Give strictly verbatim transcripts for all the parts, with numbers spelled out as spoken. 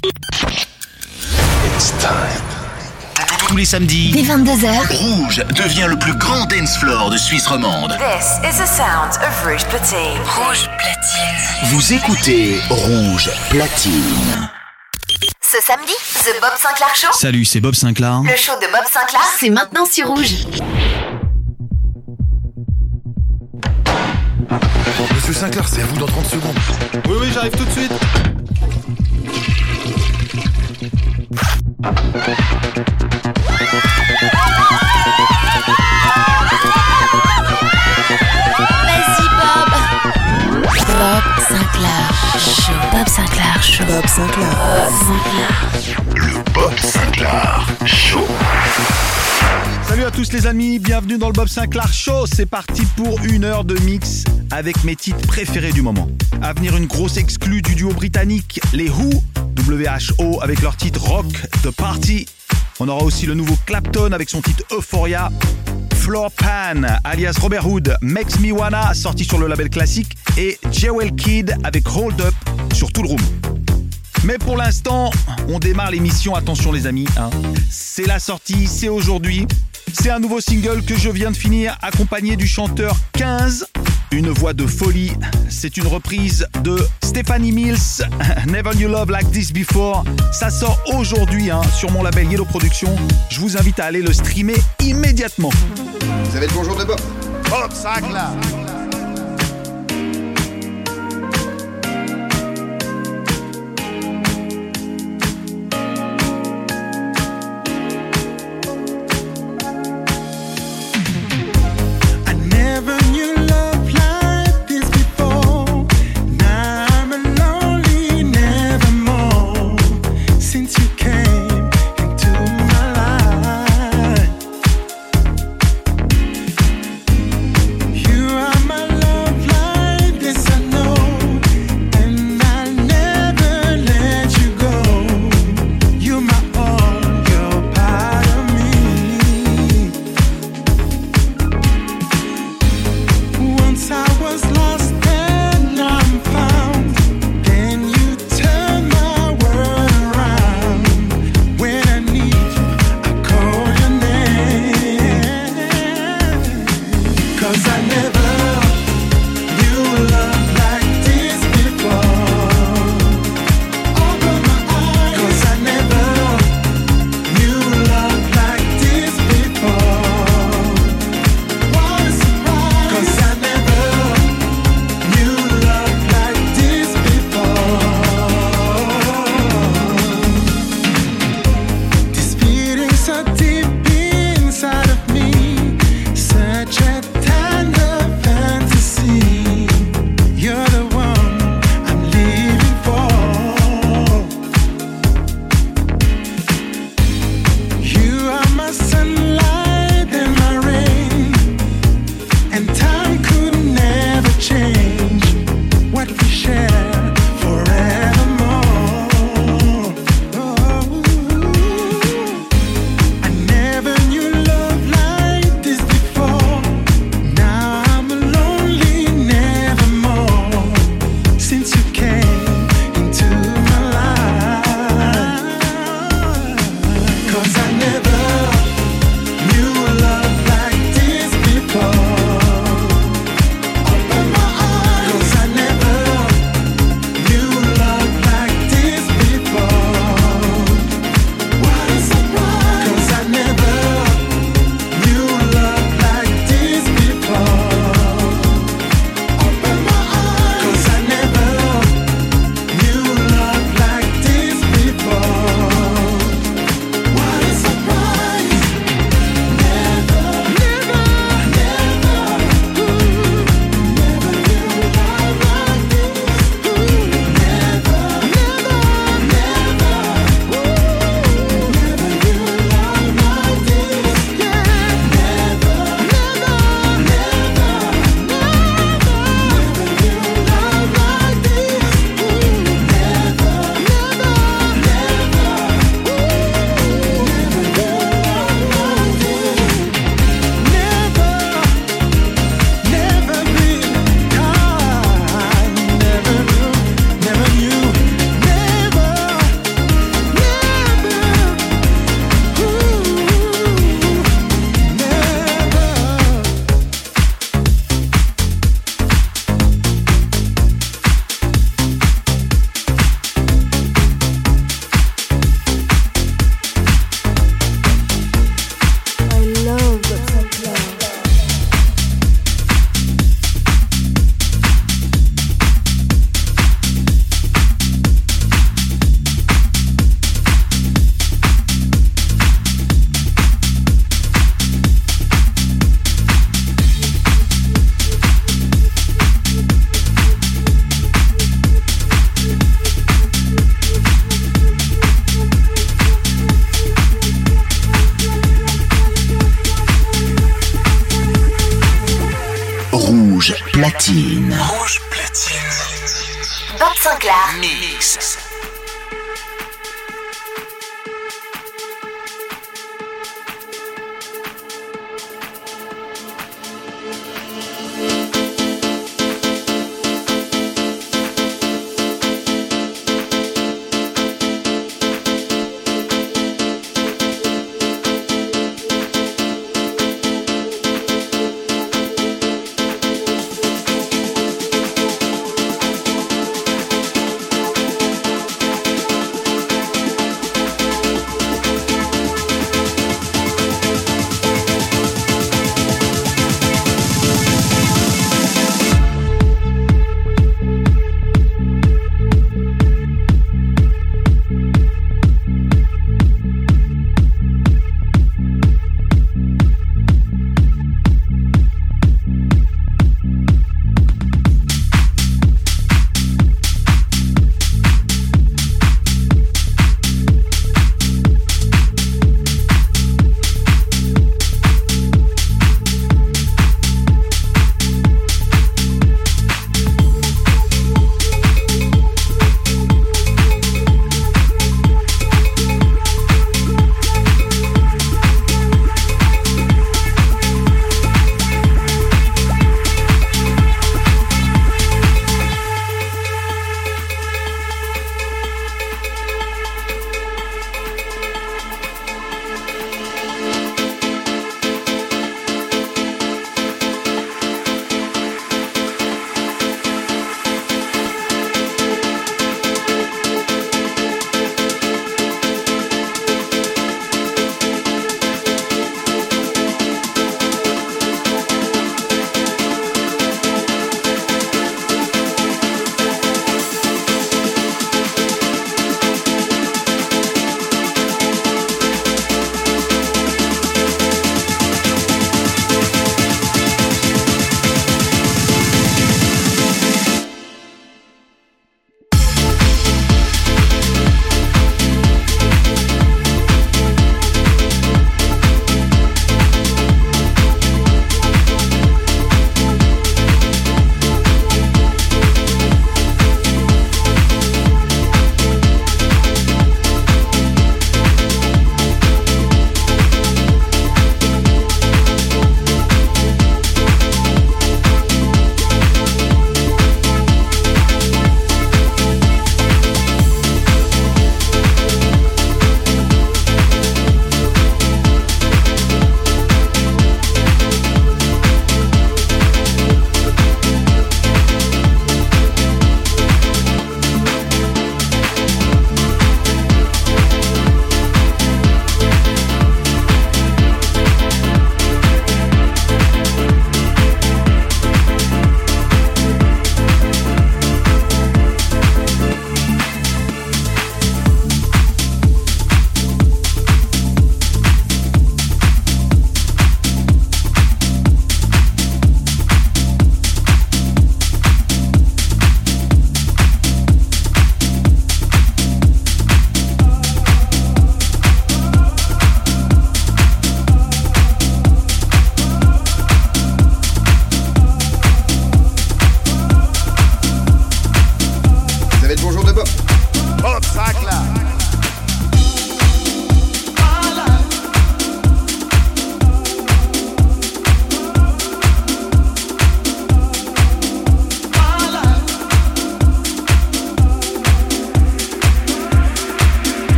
It's time. Tous les samedis, dès vingt-deux heures, Rouge devient le plus grand dance floor de Suisse romande. This is the sound of Rouge Platine. Rouge Platine. Vous écoutez Rouge Platine. Ce samedi, The Bob Sinclair Show. Salut, c'est Bob Sinclair. Le show de Bob Sinclair, c'est maintenant sur Rouge. Monsieur Sinclair, c'est à vous dans trente secondes. Oui, oui, j'arrive tout de suite. Vas-y, Bob. Bob Sinclair Show. Bob Sinclair Show. Bob Sinclair. Bob Sinclair. Le Bob Sinclair Show. Salut à tous les amis, bienvenue dans le Bob Sinclair Show. C'est parti pour une heure de mix avec mes titres préférés du moment. À venir, une grosse exclue du duo britannique, les Who, W H O, avec leur titre Rock the Party. On aura aussi le nouveau Clapton avec son titre Euphoria. Floor Pan, alias Robert Hood, Makes Me Wanna, sorti sur le label classique. Et Jewel Kid avec Hold Up sur Tool Room. Mais pour l'instant, on démarre l'émission. Attention les amis, hein. C'est la sortie, c'est aujourd'hui. C'est un nouveau single que je viens de finir, accompagné du chanteur quinze. Une voix de folie. C'est une reprise de Stephanie Mills, Never Knew Love Like This Before. Ça sort aujourd'hui hein, sur mon label Yellow Production. Je vous invite à aller le streamer immédiatement. Vous avez le bonjour de Bob. Bob Sinclair. You are my platine. Rouge platine. Bob Sinclair. Mix.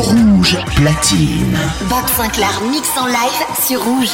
Rouge platine. Bob Sinclair mix en live sur Rouge.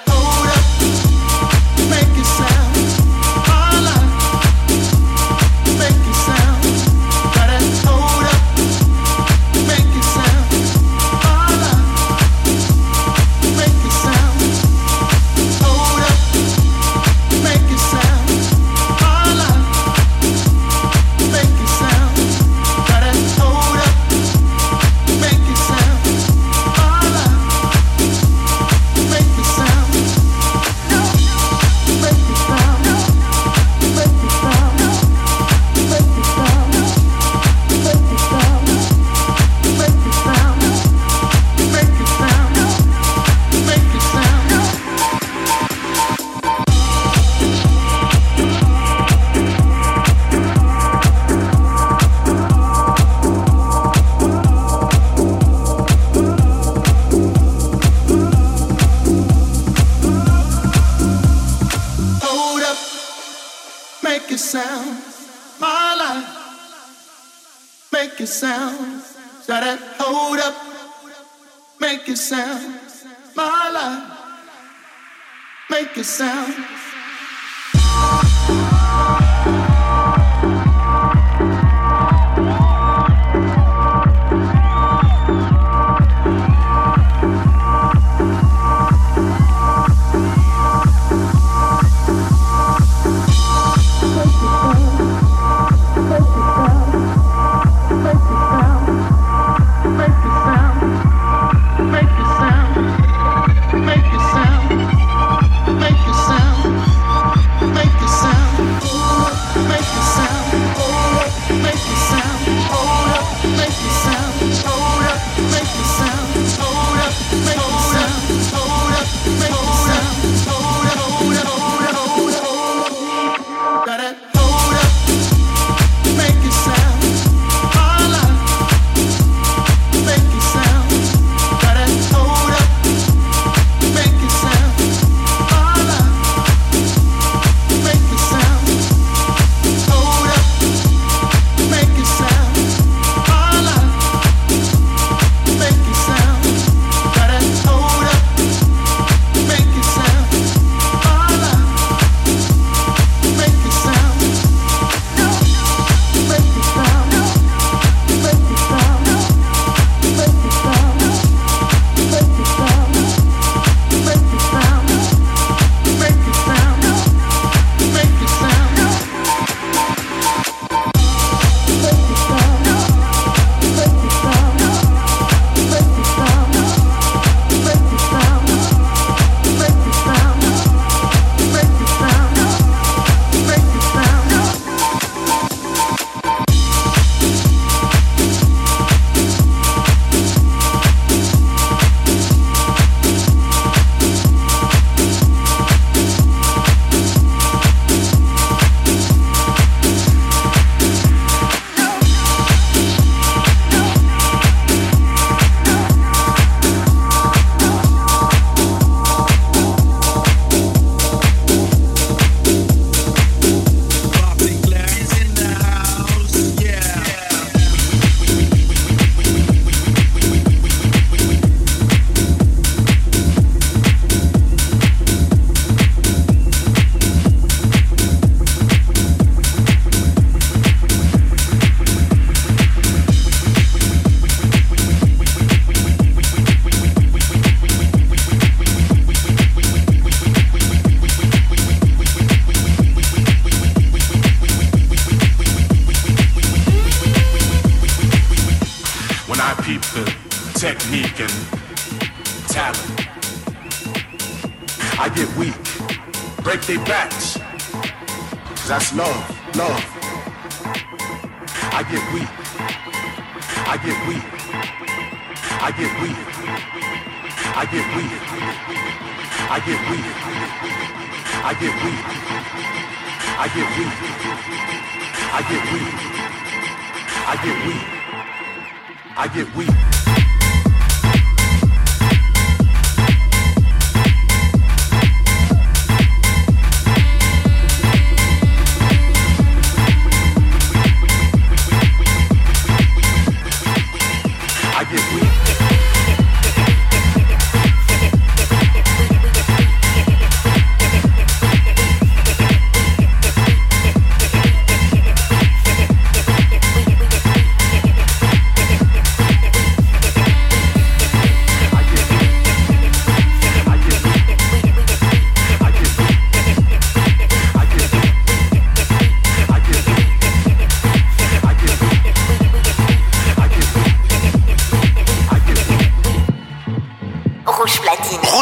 technique and talent. I get weak, break their backs. That's love, love. I get weak, I get weak, I get weak, I get weak, I get weak, I get weak, I get weak, I get weak, I get weak, I get weak. I get weak.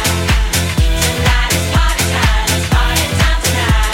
Tonight is party time, it's party time tonight.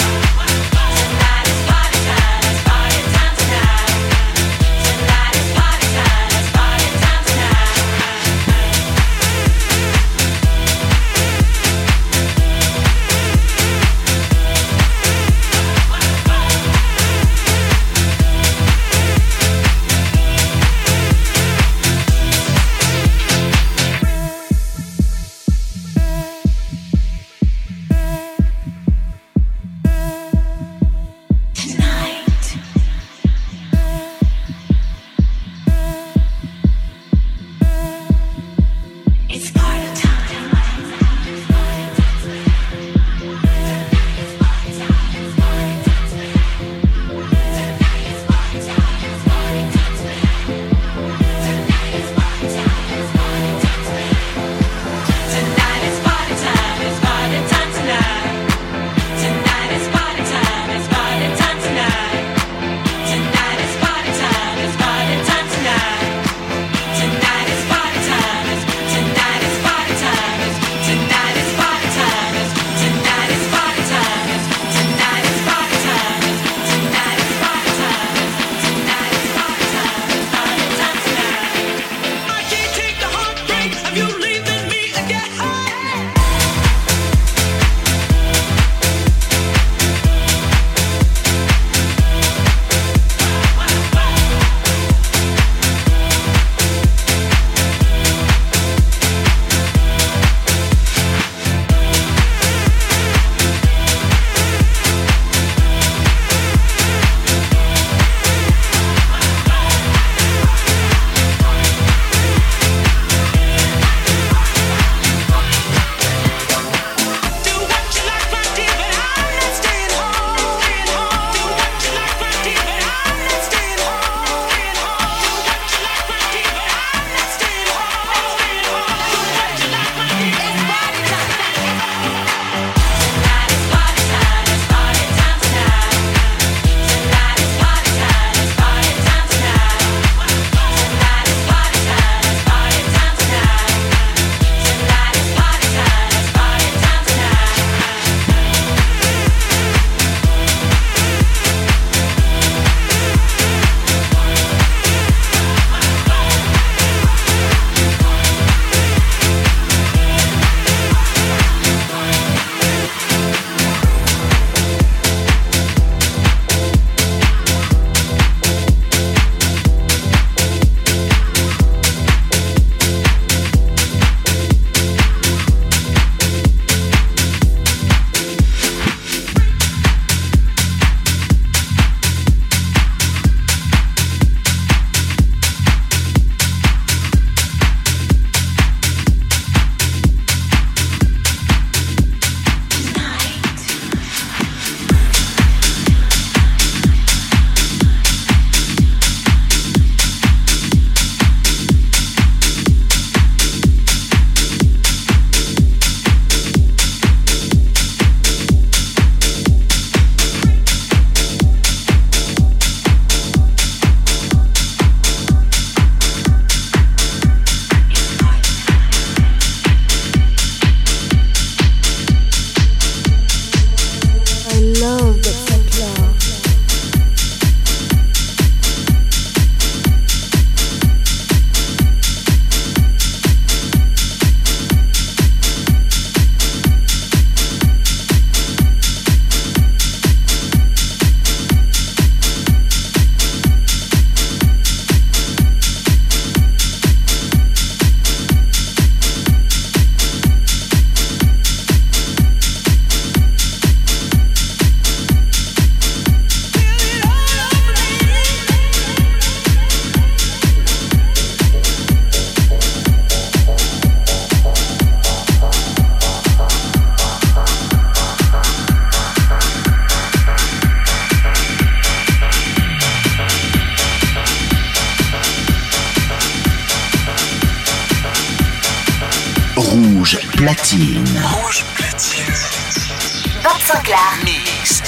platine. Rouge platine. Bob Sinclair. Mix.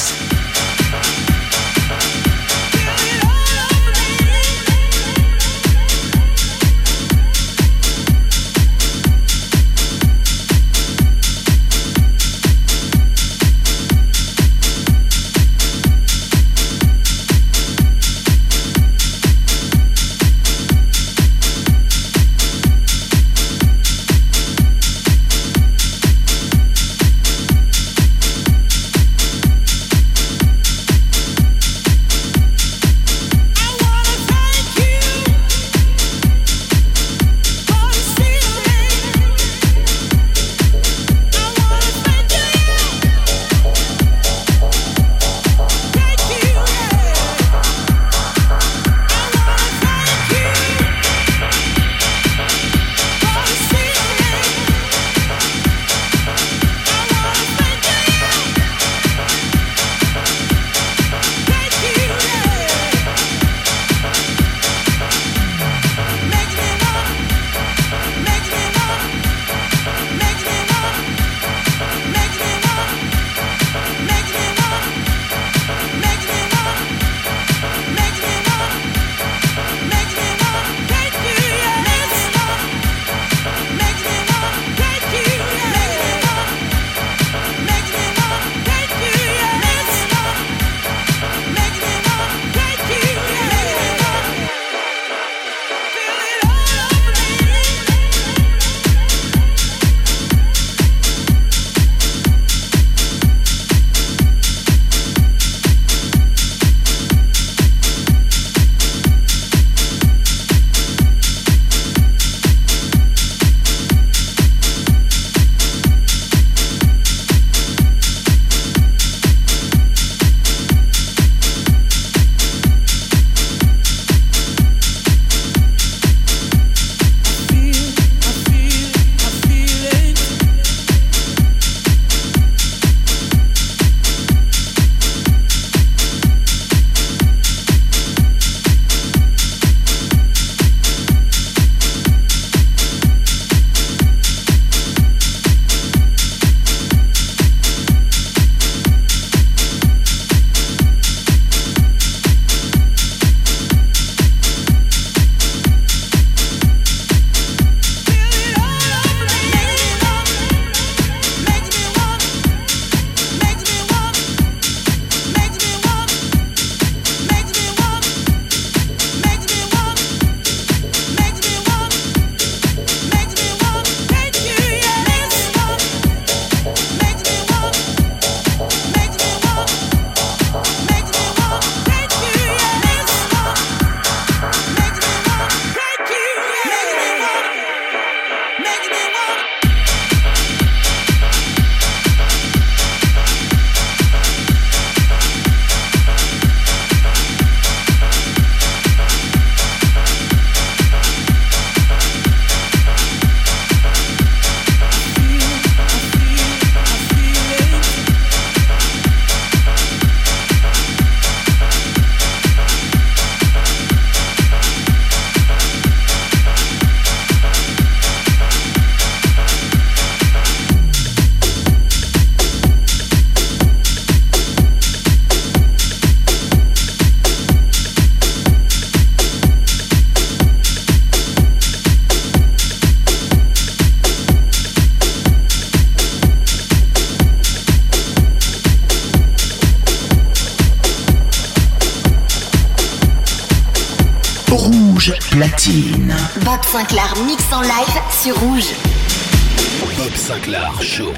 Rouge platine. Bob Sinclair mix en live sur Rouge. Bob Sinclair Show.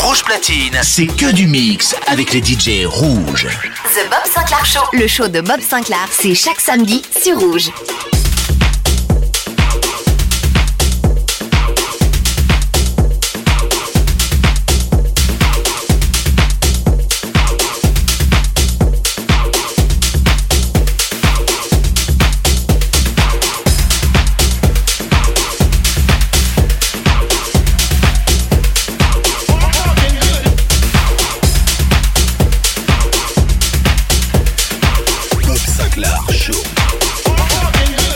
Rouge Platine, c'est que du mix avec les D J rouges. The Bob Sinclair Show, le show de Bob Sinclair, c'est chaque samedi sur Rouge. Sinclair Show.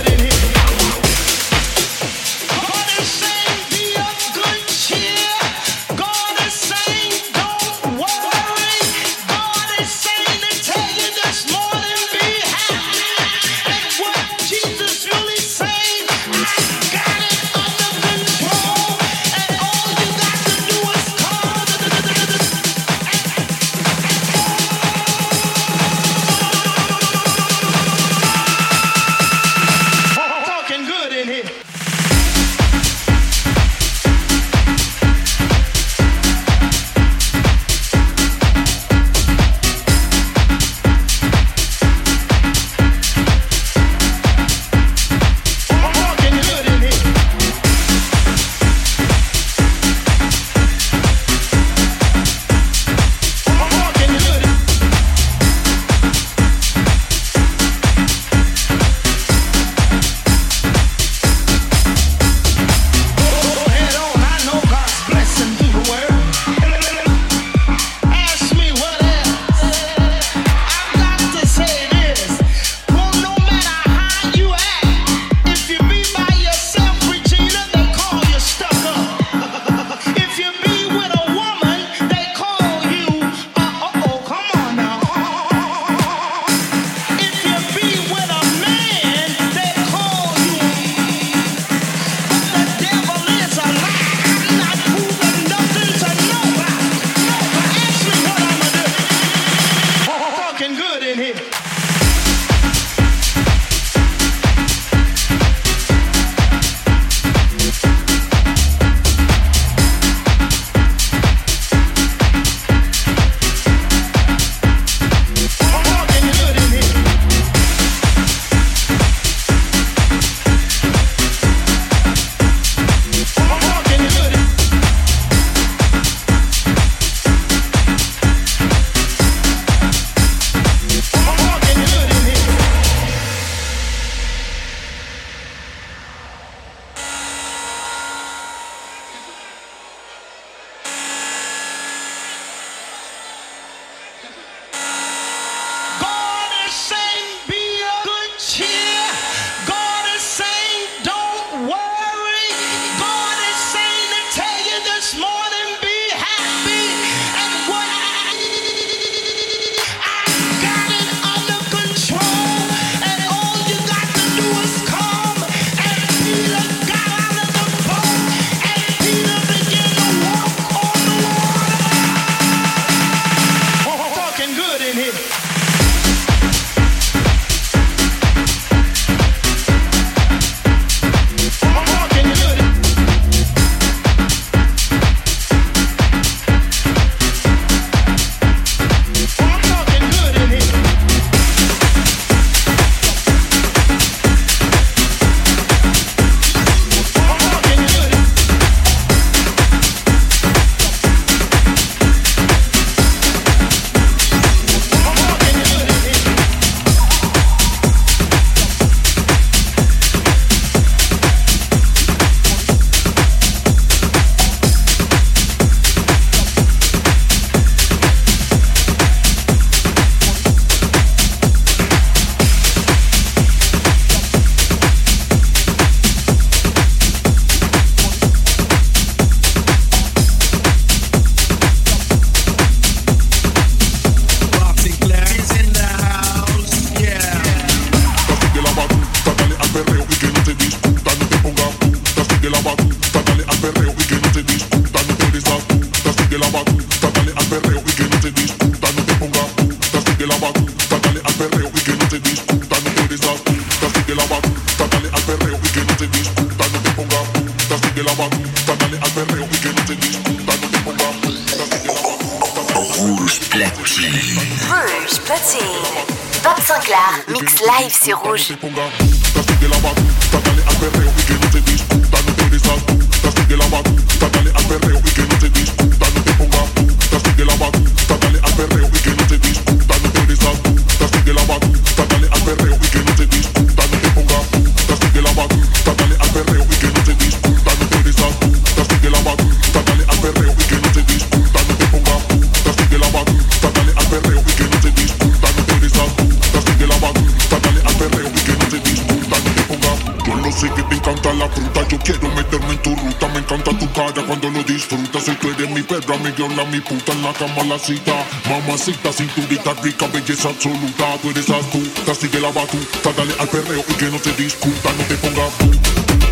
Rouge Platine. Bob Sinclair, mix live sur Rouge. Sigue la batuta, dale al perreo y que no se discuta, no te desatuta. Sigue la batuta, dale al perreo y que no se discuta, no te pongas puta. Sigue la batuta, dale al perreo y que no se discuta, no te desatuta. Sigue la batuta, dale al perreo y que no se discuta, no te pongas puta. Sigue la batuta, dale al perreo y que no se discuta, no te desatuta. Sigue la batuta, dale al perreo y que no se discuta, no te pongas puta. Sigue la batuta, dale al perreo y que no se discuta, no te desatuta. Sigue la batuta, dale al perreo y que no se discuta, no te pongas. Yo no sé que te encanta la fruta, yo quiero meterme en tu ruta. Me encanta tu cara cuando lo disfrutas. Si tú eres mi perra, mi viola, mi puta, en la cama la cita. Mamacita, cinturita rica, belleza absoluta. Tú eres astuta, sigue la batuta, dale al perreo y que no se discuta, no te pongas puta.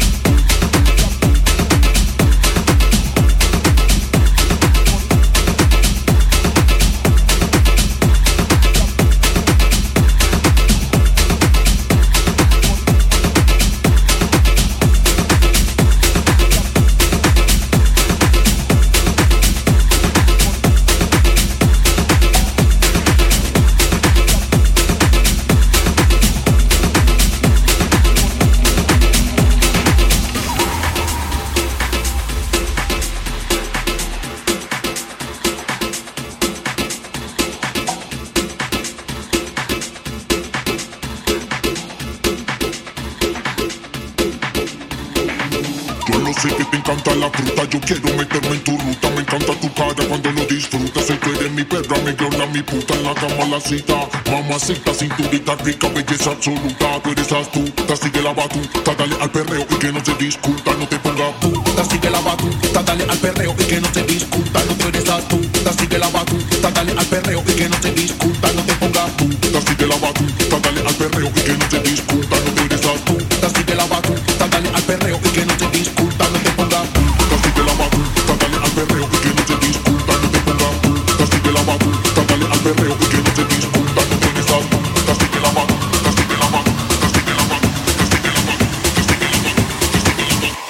Yo quiero meterme en tu ruta, me encanta tu cara cuando lo disfrutas. Si tú eres mi perra, mi viola, mi puta, en la cama la cita. Mamacita, cinturita rica, belleza absoluta. Tú eres astuta, sigue la batuta, dale al perreo y que no se discuta, no te pongas puta. Sigue la batuta, dale al perreo y que no se discuta, no te eres astuta. Sigue la batuta, dale al perreo y que no se discuta, no te pongas puta. Sigue la batuta, dale al perreo y que no se discuta, no te eres astuta. Sigue la batuta, dale al perreo y que no se discuta, no te pongas puta. Sigue la batuta, dale al perreo y que no se discuta, no te pongas puta. Sigue la batuta, dale al perreo y que no se discuta, no te eres astuta. Sigue la batuta, sigue la batuta, sigue la batuta, sigue la batuta, sigue la batuta, sigue la batuta.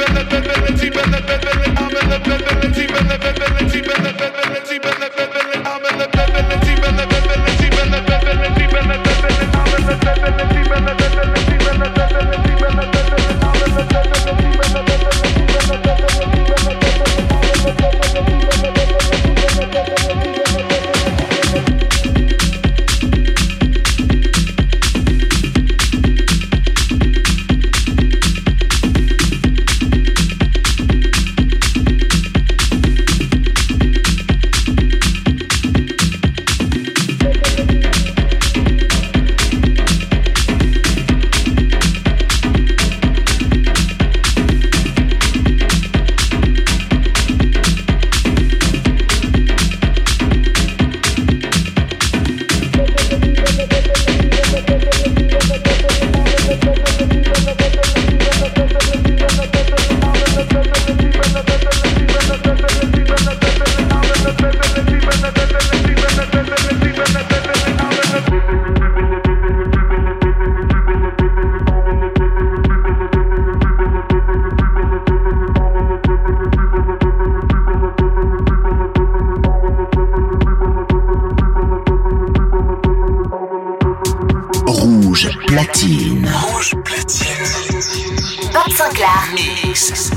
Bella platine. Rouge platine. Bob Sinclair. Mix.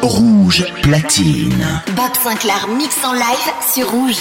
Rouge Platine. Bob Sinclair mix en live sur Rouge.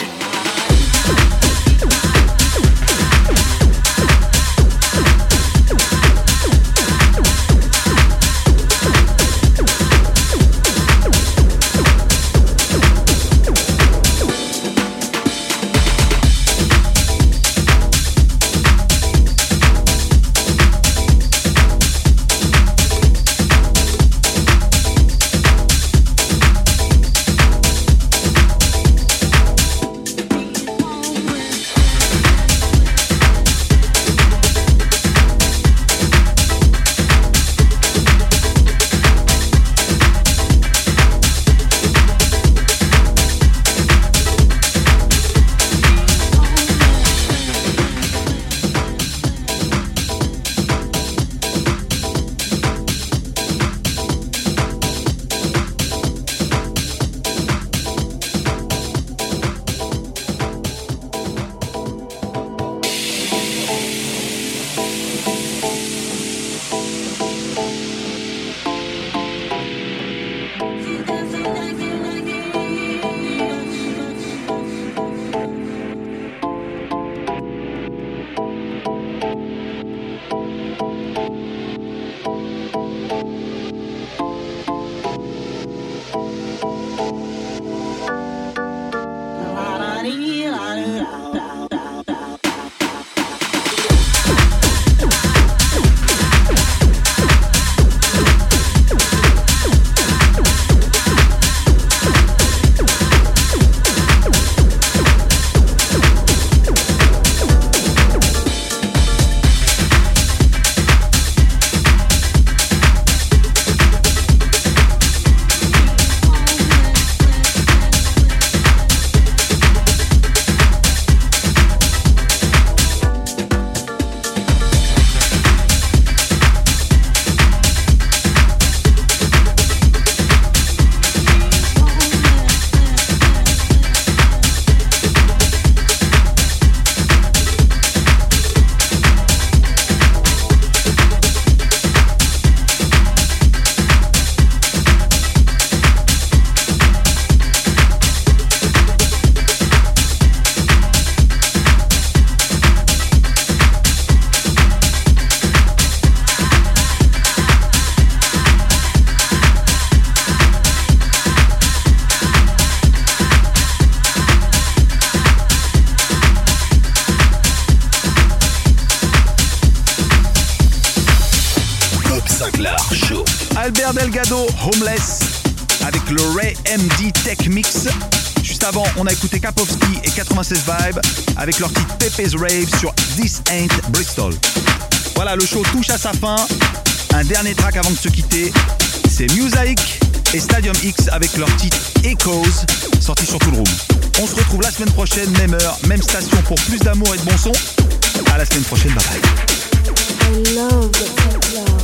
Albert Delgado, Homeless, avec le Ray M D Tech Mix. Juste avant, on a écouté Kapowski et quatre-vingt-seize Vibe avec leur titre Pepe's Rave sur This Ain't Bristol. Voilà, le show touche à sa fin. Un dernier track avant de se quitter, c'est Mosaic et Stadium X avec leur titre Echoes, sorti sur Toolroom. On se retrouve la semaine prochaine, même heure, même station pour plus d'amour et de bon son. À la semaine prochaine, bye bye. I love the love.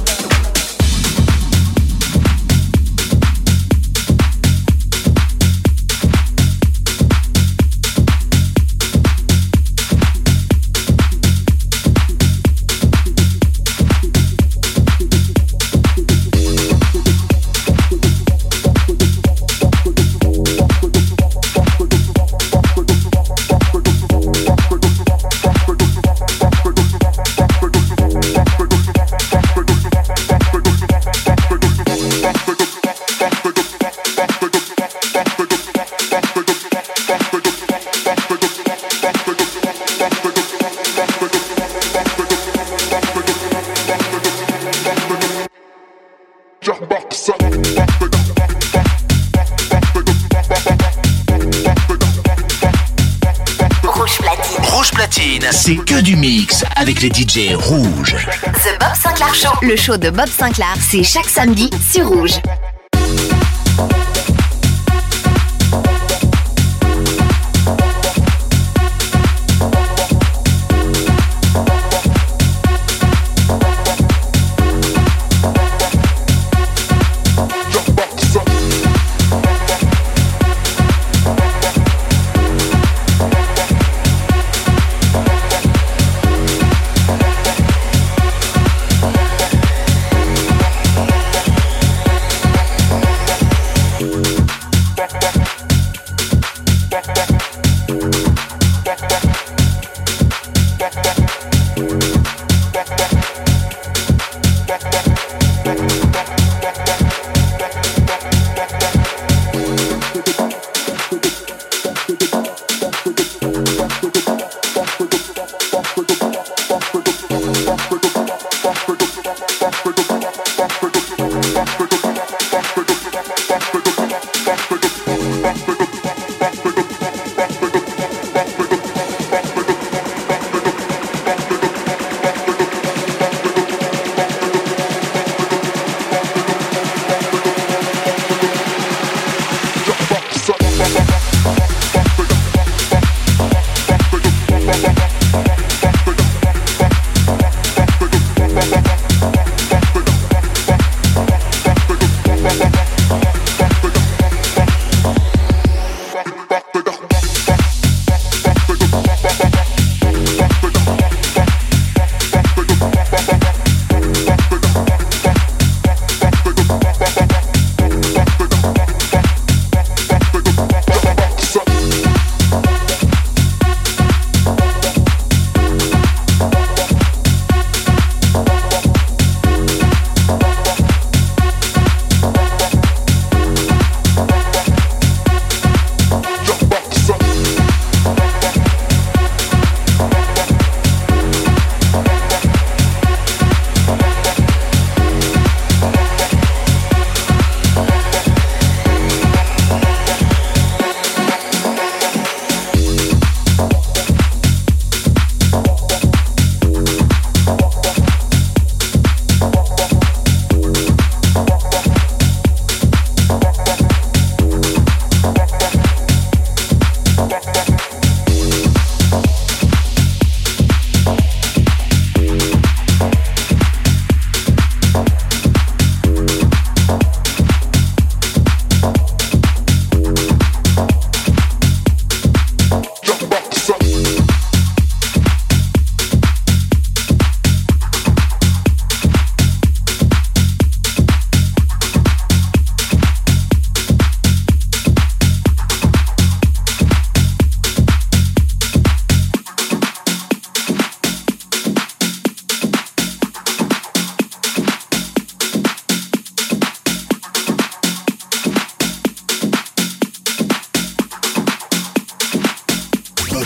C'est que du mix avec les D J rouges. The Bob Sinclair Show, le show de Bob Sinclair, c'est chaque samedi sur Rouge.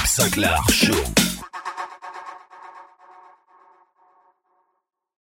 Bob Sinclair Show.